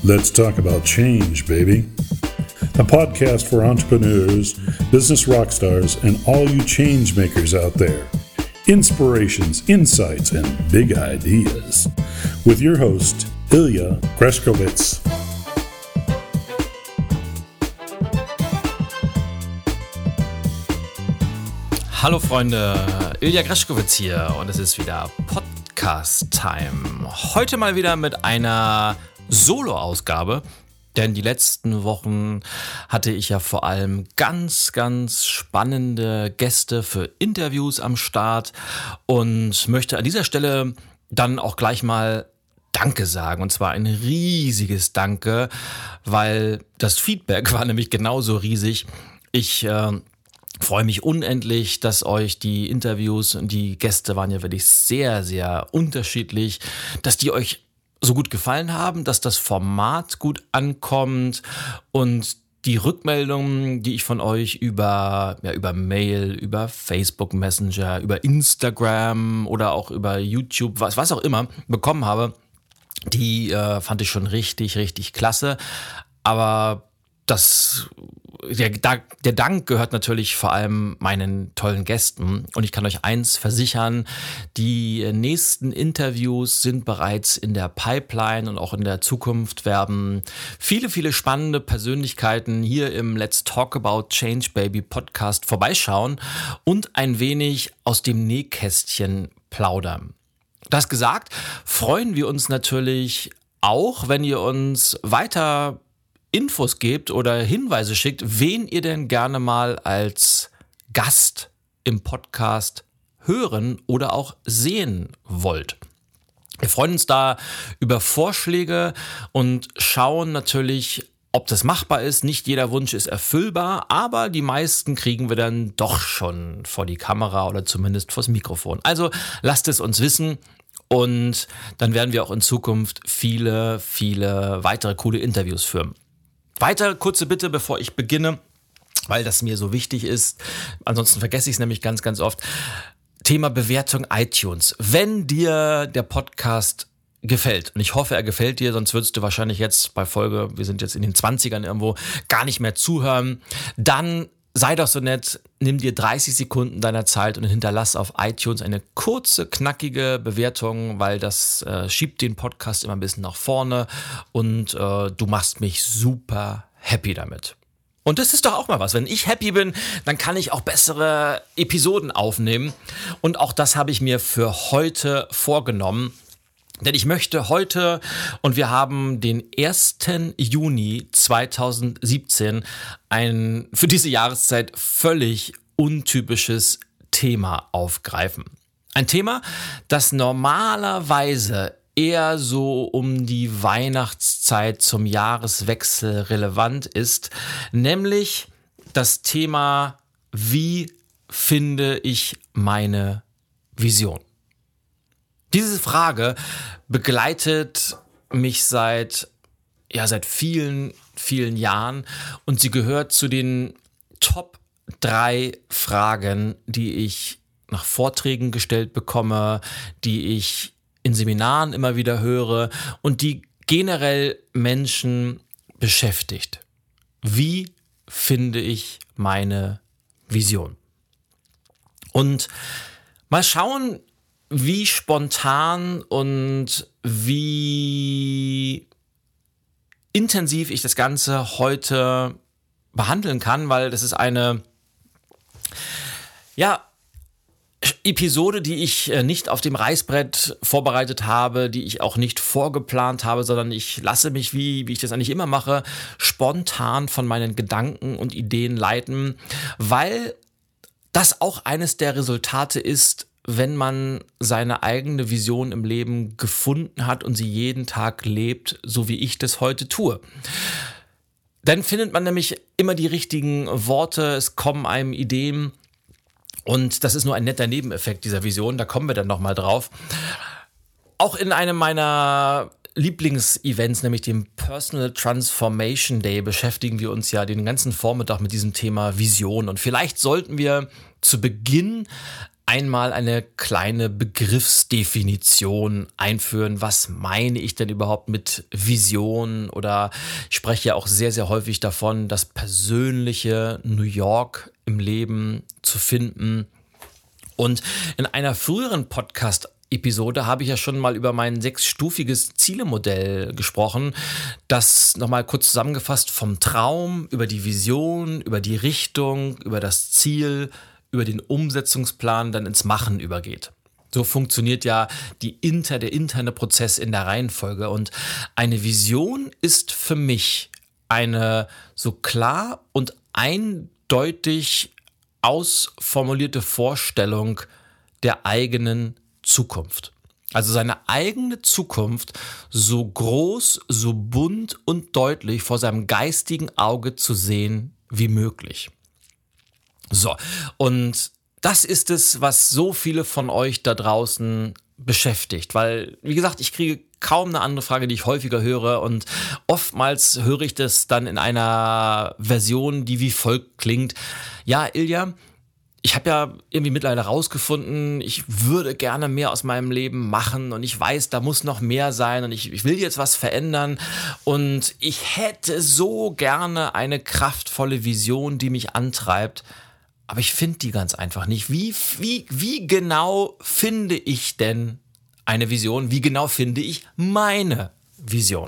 Let's talk about change, baby. A podcast for entrepreneurs, business rock stars, and all you change makers out there. Inspirations, insights, and big ideas. With your host, Ilya Greskowitz. Hallo Freunde, Ilya Greskowitz hier und es ist wieder Podcast-Time. Heute mal wieder mit einer Solo-Ausgabe, denn die letzten Wochen hatte ich ja vor allem ganz spannende Gäste für Interviews am Start und möchte an dieser Stelle dann auch gleich mal Danke sagen, und zwar ein riesiges Danke, weil das Feedback war nämlich genauso riesig. Ich freue mich unendlich, dass euch die Interviews und die Gäste waren ja wirklich sehr unterschiedlich, dass die euch so gut gefallen haben, dass das Format gut ankommt und die Rückmeldungen, die ich von euch über Mail, über Facebook Messenger, über Instagram oder auch über YouTube, was auch immer bekommen habe, die fand ich schon richtig klasse. Aber der Dank gehört natürlich vor allem meinen tollen Gästen und ich kann euch eins versichern, die nächsten Interviews sind bereits in der Pipeline und auch in der Zukunft werden viele spannende Persönlichkeiten hier im Let's Talk About Change Baby Podcast vorbeischauen und ein wenig aus dem Nähkästchen plaudern. Das gesagt, freuen wir uns natürlich auch, wenn ihr uns weiter Infos gebt oder Hinweise schickt, wen ihr denn gerne mal als Gast im Podcast hören oder auch sehen wollt. Wir freuen uns da über Vorschläge und schauen natürlich, ob das machbar ist. Nicht jeder Wunsch ist erfüllbar, aber die meisten kriegen wir dann doch schon vor die Kamera oder zumindest vors Mikrofon. Also lasst es uns wissen. Und dann werden wir auch in Zukunft viele weitere coole Interviews führen. Weiter kurze Bitte, bevor ich beginne, weil das mir so wichtig ist. Ansonsten vergesse ich es nämlich ganz oft. Thema Bewertung iTunes. Wenn dir der Podcast gefällt, und ich hoffe, er gefällt dir, sonst würdest du wahrscheinlich jetzt bei Folge, wir sind jetzt in den 20ern irgendwo, gar nicht mehr zuhören, dann sei doch so nett, nimm dir 30 Sekunden deiner Zeit und hinterlass auf iTunes eine kurze, knackige Bewertung, weil das schiebt den Podcast immer ein bisschen nach vorne und du machst mich super happy damit. Und das ist doch auch mal was. Wenn ich happy bin, dann kann ich auch bessere Episoden aufnehmen. Und auch das habe ich mir für heute vorgenommen. Denn ich möchte heute, und wir haben den 1. Juni 2017, ein für diese Jahreszeit völlig untypisches Thema aufgreifen. Ein Thema, das normalerweise eher so um die Weihnachtszeit zum Jahreswechsel relevant ist, nämlich das Thema, wie finde ich meine Vision? Diese Frage begleitet mich seit vielen Jahren und sie gehört zu den Top 3 Fragen, die ich nach Vorträgen gestellt bekomme, die ich in Seminaren immer wieder höre und die generell Menschen beschäftigt. Wie finde ich meine Vision? Und mal schauen, wie spontan und wie intensiv ich das Ganze heute behandeln kann, weil das ist eine Episode, die ich nicht auf dem Reißbrett vorbereitet habe, die ich auch nicht vorgeplant habe, sondern ich lasse mich, wie ich das eigentlich immer mache, spontan von meinen Gedanken und Ideen leiten, weil das auch eines der Resultate ist, wenn man seine eigene Vision im Leben gefunden hat und sie jeden Tag lebt, so wie ich das heute tue. Dann findet man nämlich immer die richtigen Worte, es kommen einem Ideen und das ist nur ein netter Nebeneffekt dieser Vision, da kommen wir dann nochmal drauf. Auch in einem meiner Lieblingsevents, nämlich dem Personal Transformation Day, beschäftigen wir uns ja den ganzen Vormittag mit diesem Thema Vision und vielleicht sollten wir zu Beginn einmal eine kleine Begriffsdefinition einführen. Was meine ich denn überhaupt mit Vision? Oder ich spreche ja auch sehr, sehr häufig davon, das persönliche New York im Leben zu finden. Und in einer früheren Podcast-Episode habe ich ja schon mal über mein 6-stufiges Zielemodell gesprochen, das nochmal kurz zusammengefasst vom Traum über die Vision, über die Richtung, über das Ziel, über den Umsetzungsplan dann ins Machen übergeht. So funktioniert ja der interne Prozess in der Reihenfolge. Und eine Vision ist für mich eine so klar und eindeutig ausformulierte Vorstellung der eigenen Zukunft. Also seine eigene Zukunft so groß, so bunt und deutlich vor seinem geistigen Auge zu sehen wie möglich. So, und das ist es, was so viele von euch da draußen beschäftigt, weil, wie gesagt, ich kriege kaum eine andere Frage, die ich häufiger höre, und oftmals höre ich das dann in einer Version, die wie folgt klingt: Ja, Ilja, ich habe ja irgendwie mittlerweile rausgefunden, ich würde gerne mehr aus meinem Leben machen und ich weiß, da muss noch mehr sein und ich will jetzt was verändern und ich hätte so gerne eine kraftvolle Vision, die mich antreibt. Aber ich finde die ganz einfach nicht. Wie genau finde ich denn eine Vision? Wie genau finde ich meine Vision?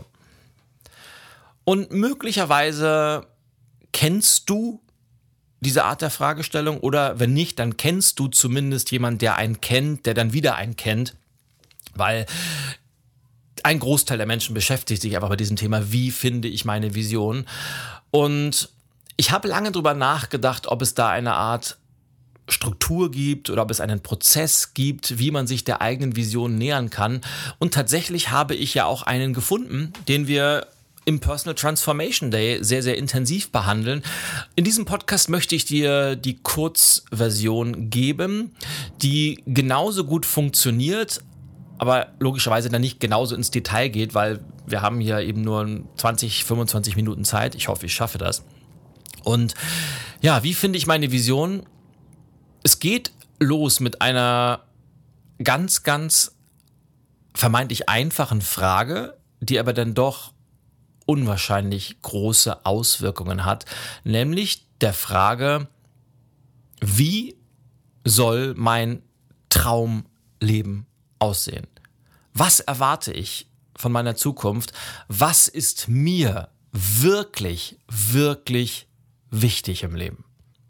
Und möglicherweise kennst du diese Art der Fragestellung, oder wenn nicht, dann kennst du zumindest jemanden, der einen kennt, der dann wieder einen kennt, weil ein Großteil der Menschen beschäftigt sich einfach mit diesem Thema, wie finde ich meine Vision? Und ich habe lange drüber nachgedacht, ob es da eine Art Struktur gibt oder ob es einen Prozess gibt, wie man sich der eigenen Vision nähern kann. Und tatsächlich habe ich ja auch einen gefunden, den wir im Personal Transformation Day sehr, sehr intensiv behandeln. In diesem Podcast möchte ich dir die Kurzversion geben, die genauso gut funktioniert, aber logischerweise dann nicht genauso ins Detail geht, weil wir haben hier eben nur 20, 25 Minuten Zeit. Ich hoffe, ich schaffe das. Und ja, wie finde ich meine Vision? Es geht los mit einer ganz, ganz vermeintlich einfachen Frage, die aber dann doch unwahrscheinlich große Auswirkungen hat, nämlich der Frage: Wie soll mein Traumleben aussehen? Was erwarte ich von meiner Zukunft? Was ist mir wirklich, wirklich wichtig im Leben?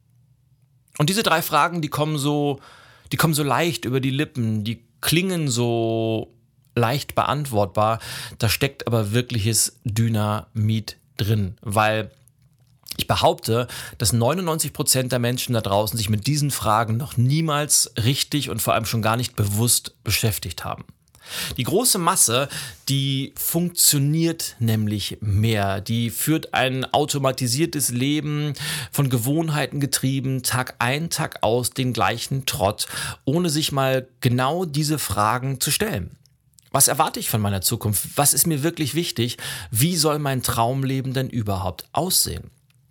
Und diese 3 Fragen, die kommen so leicht über die Lippen, die klingen so leicht beantwortbar, da steckt aber wirkliches Dynamit drin, weil ich behaupte, dass 99% der Menschen da draußen sich mit diesen Fragen noch niemals richtig und vor allem schon gar nicht bewusst beschäftigt haben. Die große Masse, die funktioniert nämlich mehr, die führt ein automatisiertes Leben, von Gewohnheiten getrieben, Tag ein, Tag aus, den gleichen Trott, ohne sich mal genau diese Fragen zu stellen. Was erwarte ich von meiner Zukunft? Was ist mir wirklich wichtig? Wie soll mein Traumleben denn überhaupt aussehen?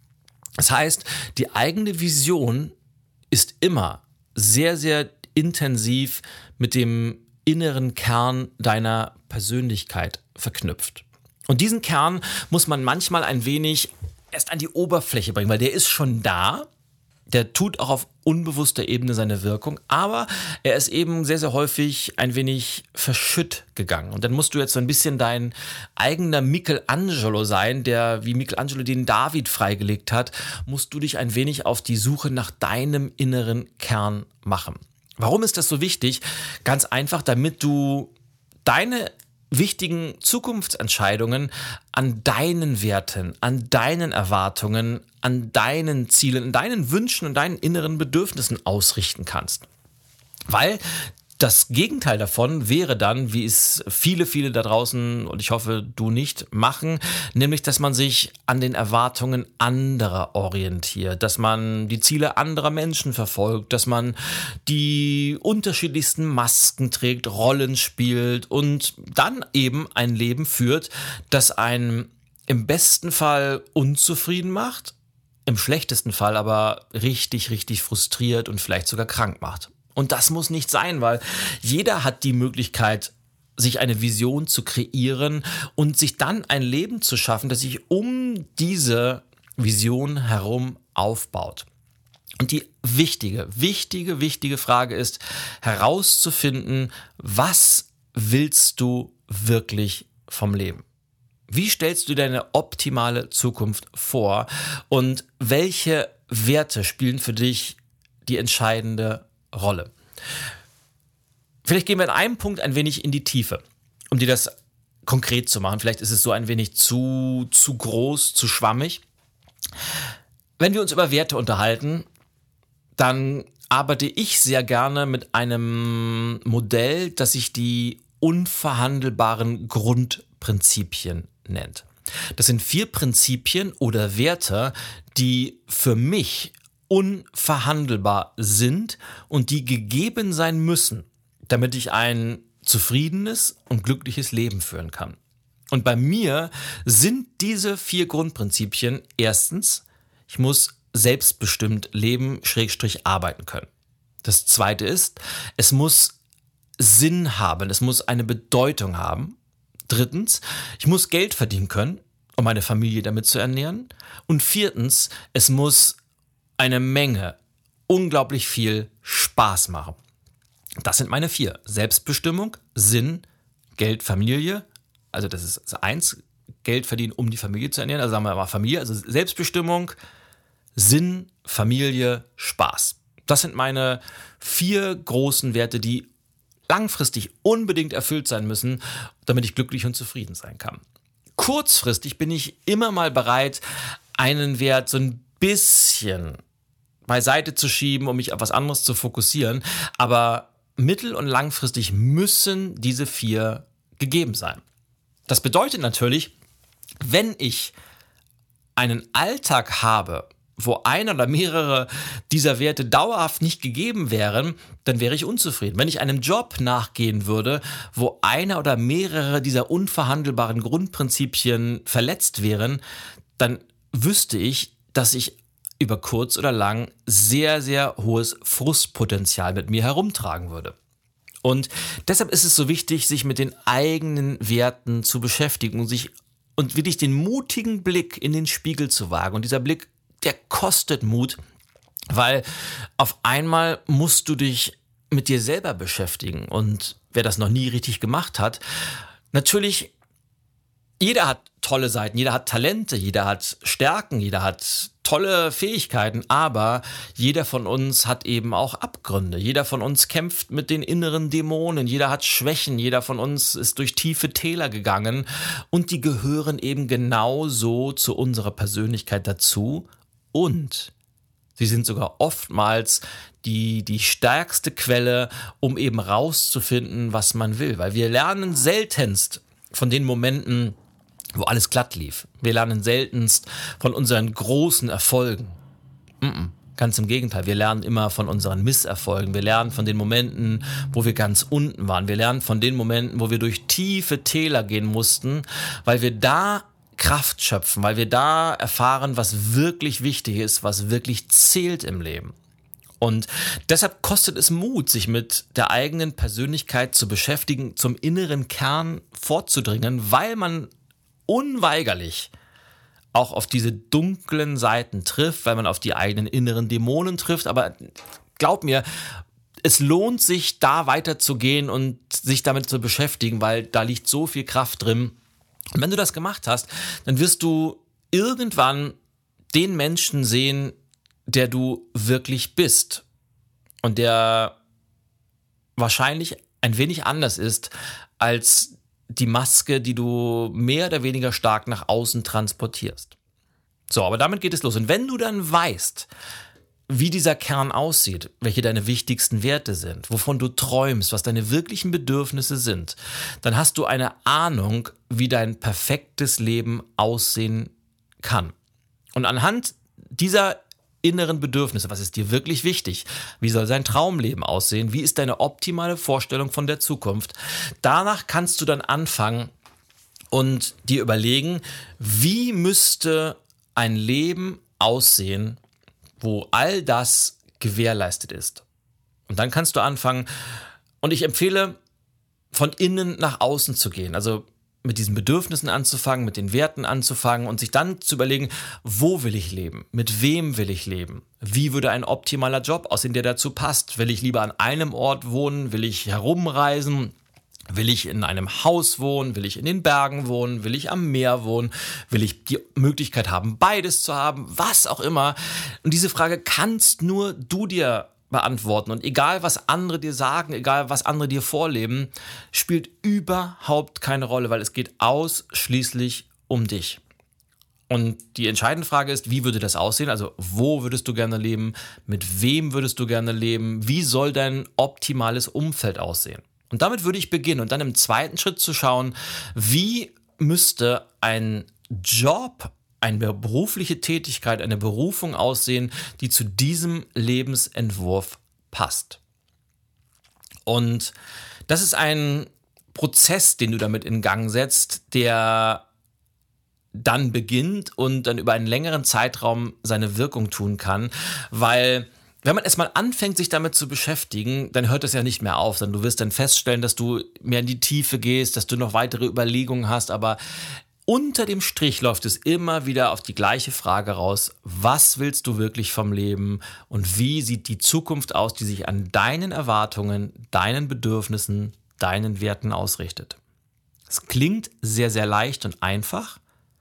Das heißt, die eigene Vision ist immer sehr, sehr intensiv mit dem inneren Kern deiner Persönlichkeit verknüpft. Und diesen Kern muss man manchmal ein wenig erst an die Oberfläche bringen, weil der ist schon da, der tut auch auf unbewusster Ebene seine Wirkung, aber er ist eben sehr, sehr häufig ein wenig verschütt gegangen. Und dann musst du jetzt so ein bisschen dein eigener Michelangelo sein, der wie Michelangelo den David freigelegt hat, musst du dich ein wenig auf die Suche nach deinem inneren Kern machen. Warum ist das so wichtig? Ganz einfach, damit du deine wichtigen Zukunftsentscheidungen an deinen Werten, an deinen Erwartungen, an deinen Zielen, an deinen Wünschen und deinen inneren Bedürfnissen ausrichten kannst. Weil das Gegenteil davon wäre dann, wie es viele da draußen, und ich hoffe, du nicht, machen, nämlich, dass man sich an den Erwartungen anderer orientiert, dass man die Ziele anderer Menschen verfolgt, dass man die unterschiedlichsten Masken trägt, Rollen spielt und dann eben ein Leben führt, das einen im besten Fall unzufrieden macht, im schlechtesten Fall aber richtig frustriert und vielleicht sogar krank macht. Und das muss nicht sein, weil jeder hat die Möglichkeit, sich eine Vision zu kreieren und sich dann ein Leben zu schaffen, das sich um diese Vision herum aufbaut. Und die wichtige Frage ist, herauszufinden, was willst du wirklich vom Leben? Wie stellst du deine optimale Zukunft vor und welche Werte spielen für dich die entscheidende Rolle? Vielleicht gehen wir in einem Punkt ein wenig in die Tiefe, um dir das konkret zu machen. Vielleicht ist es so ein wenig zu groß, zu schwammig. Wenn wir uns über Werte unterhalten, dann arbeite ich sehr gerne mit einem Modell, das sich die unverhandelbaren Grundprinzipien nennt. Das sind 4 Prinzipien oder Werte, die für mich unverhandelbar sind und die gegeben sein müssen, damit ich ein zufriedenes und glückliches Leben führen kann. Und bei mir sind diese 4 Grundprinzipien: Erstens, ich muss selbstbestimmt leben, / arbeiten können. Das zweite ist, es muss Sinn haben, es muss eine Bedeutung haben. Drittens, ich muss Geld verdienen können, um meine Familie damit zu ernähren. Und viertens, es muss eine Menge, unglaublich viel Spaß machen. Das sind meine 4. Selbstbestimmung, Sinn, Geld, Familie. Also das ist 1, Geld verdienen, um die Familie zu ernähren. Also sagen wir mal Familie, also Selbstbestimmung, Sinn, Familie, Spaß. Das sind meine 4 großen Werte, die langfristig unbedingt erfüllt sein müssen, damit ich glücklich und zufrieden sein kann. Kurzfristig bin ich immer mal bereit, einen Wert so ein bisschen beiseite zu schieben, um mich auf was anderes zu fokussieren. Aber mittel- und langfristig müssen diese 4 gegeben sein. Das bedeutet natürlich, wenn ich einen Alltag habe, wo einer oder mehrere dieser Werte dauerhaft nicht gegeben wären, dann wäre ich unzufrieden. Wenn ich einem Job nachgehen würde, wo einer oder mehrere dieser unverhandelbaren Grundprinzipien verletzt wären, dann wüsste ich, dass ich über kurz oder lang sehr, sehr hohes Frustpotenzial mit mir herumtragen würde. Und deshalb ist es so wichtig, sich mit den eigenen Werten zu beschäftigen und wirklich den mutigen Blick in den Spiegel zu wagen. Und dieser Blick, der kostet Mut, weil auf einmal musst du dich mit dir selber beschäftigen. Und wer das noch nie richtig gemacht hat, natürlich, jeder hat tolle Seiten, jeder hat Talente, jeder hat Stärken, jeder hat tolle Fähigkeiten, aber jeder von uns hat eben auch Abgründe. Jeder von uns kämpft mit den inneren Dämonen, jeder hat Schwächen, jeder von uns ist durch tiefe Täler gegangen und die gehören eben genauso zu unserer Persönlichkeit dazu und sie sind sogar oftmals die stärkste Quelle, um eben rauszufinden, was man will, weil wir lernen seltenst von den Momenten, wo alles glatt lief. Wir lernen seltenst von unseren großen Erfolgen. Ganz im Gegenteil, wir lernen immer von unseren Misserfolgen. Wir lernen von den Momenten, wo wir ganz unten waren. Wir lernen von den Momenten, wo wir durch tiefe Täler gehen mussten, weil wir da Kraft schöpfen, weil wir da erfahren, was wirklich wichtig ist, was wirklich zählt im Leben. Und deshalb kostet es Mut, sich mit der eigenen Persönlichkeit zu beschäftigen, zum inneren Kern vorzudringen, weil man unweigerlich auch auf diese dunklen Seiten trifft, weil man auf die eigenen inneren Dämonen trifft. Aber glaub mir, es lohnt sich, da weiterzugehen und sich damit zu beschäftigen, weil da liegt so viel Kraft drin. Und wenn du das gemacht hast, dann wirst du irgendwann den Menschen sehen, der du wirklich bist und der wahrscheinlich ein wenig anders ist als die Maske, die du mehr oder weniger stark nach außen transportierst. So, aber damit geht es los. Und wenn du dann weißt, wie dieser Kern aussieht, welche deine wichtigsten Werte sind, wovon du träumst, was deine wirklichen Bedürfnisse sind, dann hast du eine Ahnung, wie dein perfektes Leben aussehen kann. Und anhand dieser inneren Bedürfnisse, was ist dir wirklich wichtig? Wie soll sein Traumleben aussehen? Wie ist deine optimale Vorstellung von der Zukunft? Danach kannst du dann anfangen und dir überlegen, wie müsste ein Leben aussehen, wo all das gewährleistet ist. Und dann kannst du anfangen. Und ich empfehle, von innen nach außen zu gehen. Also mit diesen Bedürfnissen anzufangen, mit den Werten anzufangen und sich dann zu überlegen, wo will ich leben? Mit wem will ich leben? Wie würde ein optimaler Job aussehen, der dazu passt? Will ich lieber an einem Ort wohnen? Will ich herumreisen? Will ich in einem Haus wohnen? Will ich in den Bergen wohnen? Will ich am Meer wohnen? Will ich die Möglichkeit haben, beides zu haben? Was auch immer. Und diese Frage kannst nur du dir beantworten. Und egal, was andere dir sagen, egal, was andere dir vorleben, spielt überhaupt keine Rolle, weil es geht ausschließlich um dich. Und die entscheidende Frage ist, wie würde das aussehen? Also, wo würdest du gerne leben? Mit wem würdest du gerne leben? Wie soll dein optimales Umfeld aussehen? Und damit würde ich beginnen und dann im zweiten Schritt zu schauen, wie müsste ein Job, eine berufliche Tätigkeit, eine Berufung aussehen, die zu diesem Lebensentwurf passt. Und das ist ein Prozess, den du damit in Gang setzt, der dann beginnt und dann über einen längeren Zeitraum seine Wirkung tun kann, weil wenn man erstmal anfängt, sich damit zu beschäftigen, dann hört es ja nicht mehr auf, sondern du wirst dann feststellen, dass du mehr in die Tiefe gehst, dass du noch weitere Überlegungen hast, aber unter dem Strich läuft es immer wieder auf die gleiche Frage raus: Was willst du wirklich vom Leben und wie sieht die Zukunft aus, die sich an deinen Erwartungen, deinen Bedürfnissen, deinen Werten ausrichtet? Es klingt sehr, sehr leicht und einfach,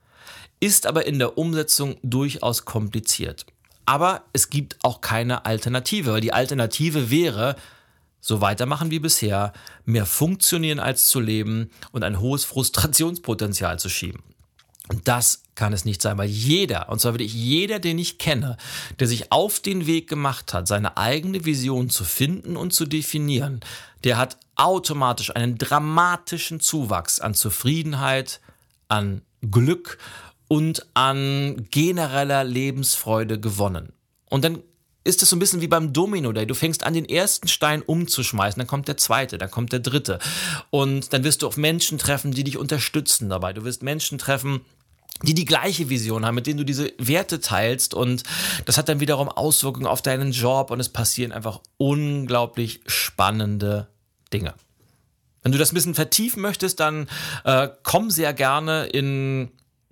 ist aber in der Umsetzung durchaus kompliziert. Aber es gibt auch keine Alternative, weil die Alternative wäre, so weitermachen wie bisher, mehr funktionieren als zu leben und ein hohes Frustrationspotenzial zu schieben. Und das kann es nicht sein, weil jeder, und zwar wirklich jeder, den ich kenne, der sich auf den Weg gemacht hat, seine eigene Vision zu finden und zu definieren, der hat automatisch einen dramatischen Zuwachs an Zufriedenheit, an Glück und an genereller Lebensfreude gewonnen. Und dann ist es so ein bisschen wie beim Domino Day. Du fängst an, den ersten Stein umzuschmeißen, dann kommt der zweite, dann kommt der dritte. Und dann wirst du auf Menschen treffen, die dich unterstützen dabei. Du wirst Menschen treffen, die die gleiche Vision haben, mit denen du diese Werte teilst. Und das hat dann wiederum Auswirkungen auf deinen Job und es passieren einfach unglaublich spannende Dinge. Wenn du das ein bisschen vertiefen möchtest, dann komm sehr gerne in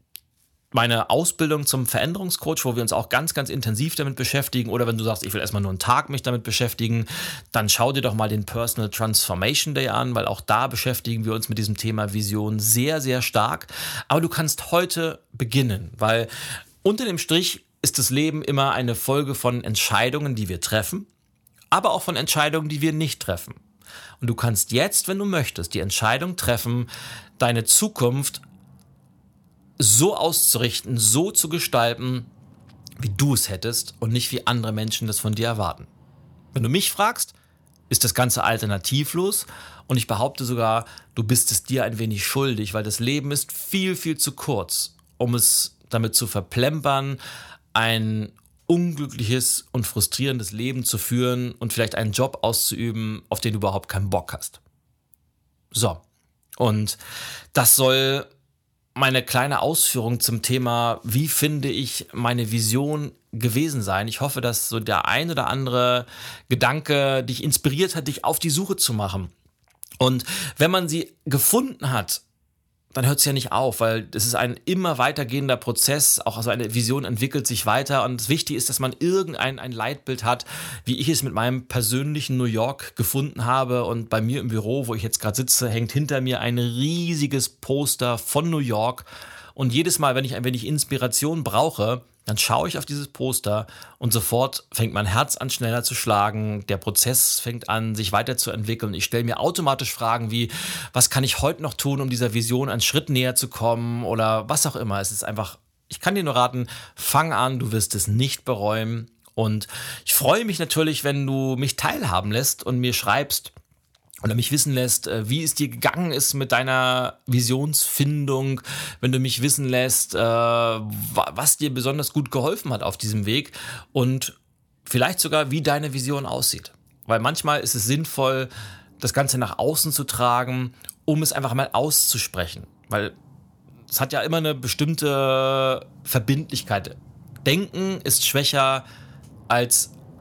meine Ausbildung zum Veränderungscoach, wo wir uns auch ganz, ganz intensiv damit beschäftigen. Oder wenn du sagst, ich will erstmal nur einen Tag mich damit beschäftigen, dann schau dir doch mal den Personal Transformation Day an, weil auch da beschäftigen wir uns mit diesem Thema Vision sehr, sehr stark. Aber du kannst heute beginnen, weil unter dem Strich ist das Leben immer eine Folge von Entscheidungen, die wir treffen, aber auch von Entscheidungen, die wir nicht treffen. Und du kannst jetzt, wenn du möchtest, die Entscheidung treffen, deine Zukunft so auszurichten, so zu gestalten, wie du es hättest und nicht wie andere Menschen das von dir erwarten. Wenn du mich fragst, ist das Ganze alternativlos und ich behaupte sogar, du bist es dir ein wenig schuldig, weil das Leben ist viel, viel zu kurz, um es damit zu verplempern, ein unglückliches und frustrierendes Leben zu führen und vielleicht einen Job auszuüben, auf den du überhaupt keinen Bock hast. So, und das soll meine kleine Ausführung zum Thema, wie finde ich meine Vision, gewesen sein. Ich hoffe, dass so der ein oder andere Gedanke dich inspiriert hat, dich auf die Suche zu machen. Und wenn man sie gefunden hat, dann hört es ja nicht auf, weil es ist ein immer weitergehender Prozess, auch also eine Vision entwickelt sich weiter und das Wichtige ist, dass man ein Leitbild hat, wie ich es mit meinem persönlichen New York gefunden habe und bei mir im Büro, wo ich jetzt gerade sitze, hängt hinter mir ein riesiges Poster von New York und jedes Mal, wenn ich ein wenig Inspiration brauche, dann schaue ich auf dieses Poster und sofort fängt mein Herz an schneller zu schlagen, der Prozess fängt an, sich weiterzuentwickeln. Ich stelle mir automatisch Fragen wie, was kann ich heute noch tun, um dieser Vision einen Schritt näher zu kommen oder was auch immer. Es ist einfach, ich kann dir nur raten, fang an, du wirst es nicht bereuen. Und ich freue mich natürlich, wenn du mich teilhaben lässt und mir schreibst, oder mich wissen lässt, wie es dir gegangen ist mit deiner Visionsfindung, wenn du mich wissen lässt, was dir besonders gut geholfen hat auf diesem Weg und vielleicht sogar, wie deine Vision aussieht. Weil manchmal ist es sinnvoll, das Ganze nach außen zu tragen, um es einfach mal auszusprechen. Weil es hat ja immer eine bestimmte Verbindlichkeit. Denken ist schwächer als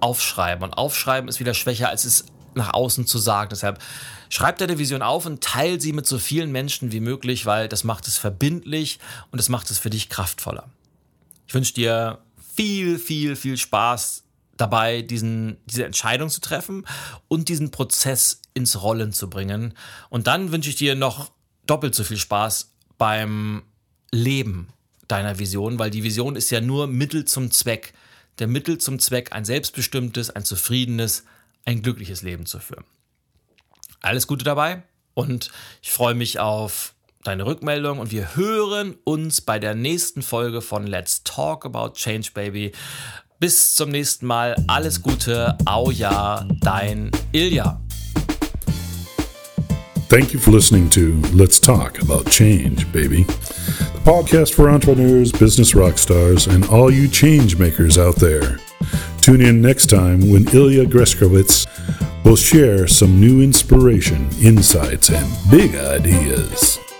aufschreiben. Und aufschreiben ist wieder schwächer, als es nach außen zu sagen. Deshalb schreib deine Vision auf und teile sie mit so vielen Menschen wie möglich, weil das macht es verbindlich und das macht es für dich kraftvoller. Ich wünsche dir viel, viel, viel Spaß dabei, diese Entscheidung zu treffen und diesen Prozess ins Rollen zu bringen. Und dann wünsche ich dir noch doppelt so viel Spaß beim Leben deiner Vision, weil die Vision ist ja nur Mittel zum Zweck. Der Mittel zum Zweck, ein selbstbestimmtes, ein zufriedenes, ein glückliches Leben zu führen. Alles Gute dabei und ich freue mich auf deine Rückmeldung und wir hören uns bei der nächsten Folge von Let's Talk About Change, Baby. Bis zum nächsten Mal. Alles Gute. Au ja, dein Ilja. Thank you for listening to Let's Talk About Change, Baby. The podcast for entrepreneurs, business rock stars, and all you change makers out there. Tune in next time when Ilya Greskowitz will share some new inspiration, insights, and big ideas.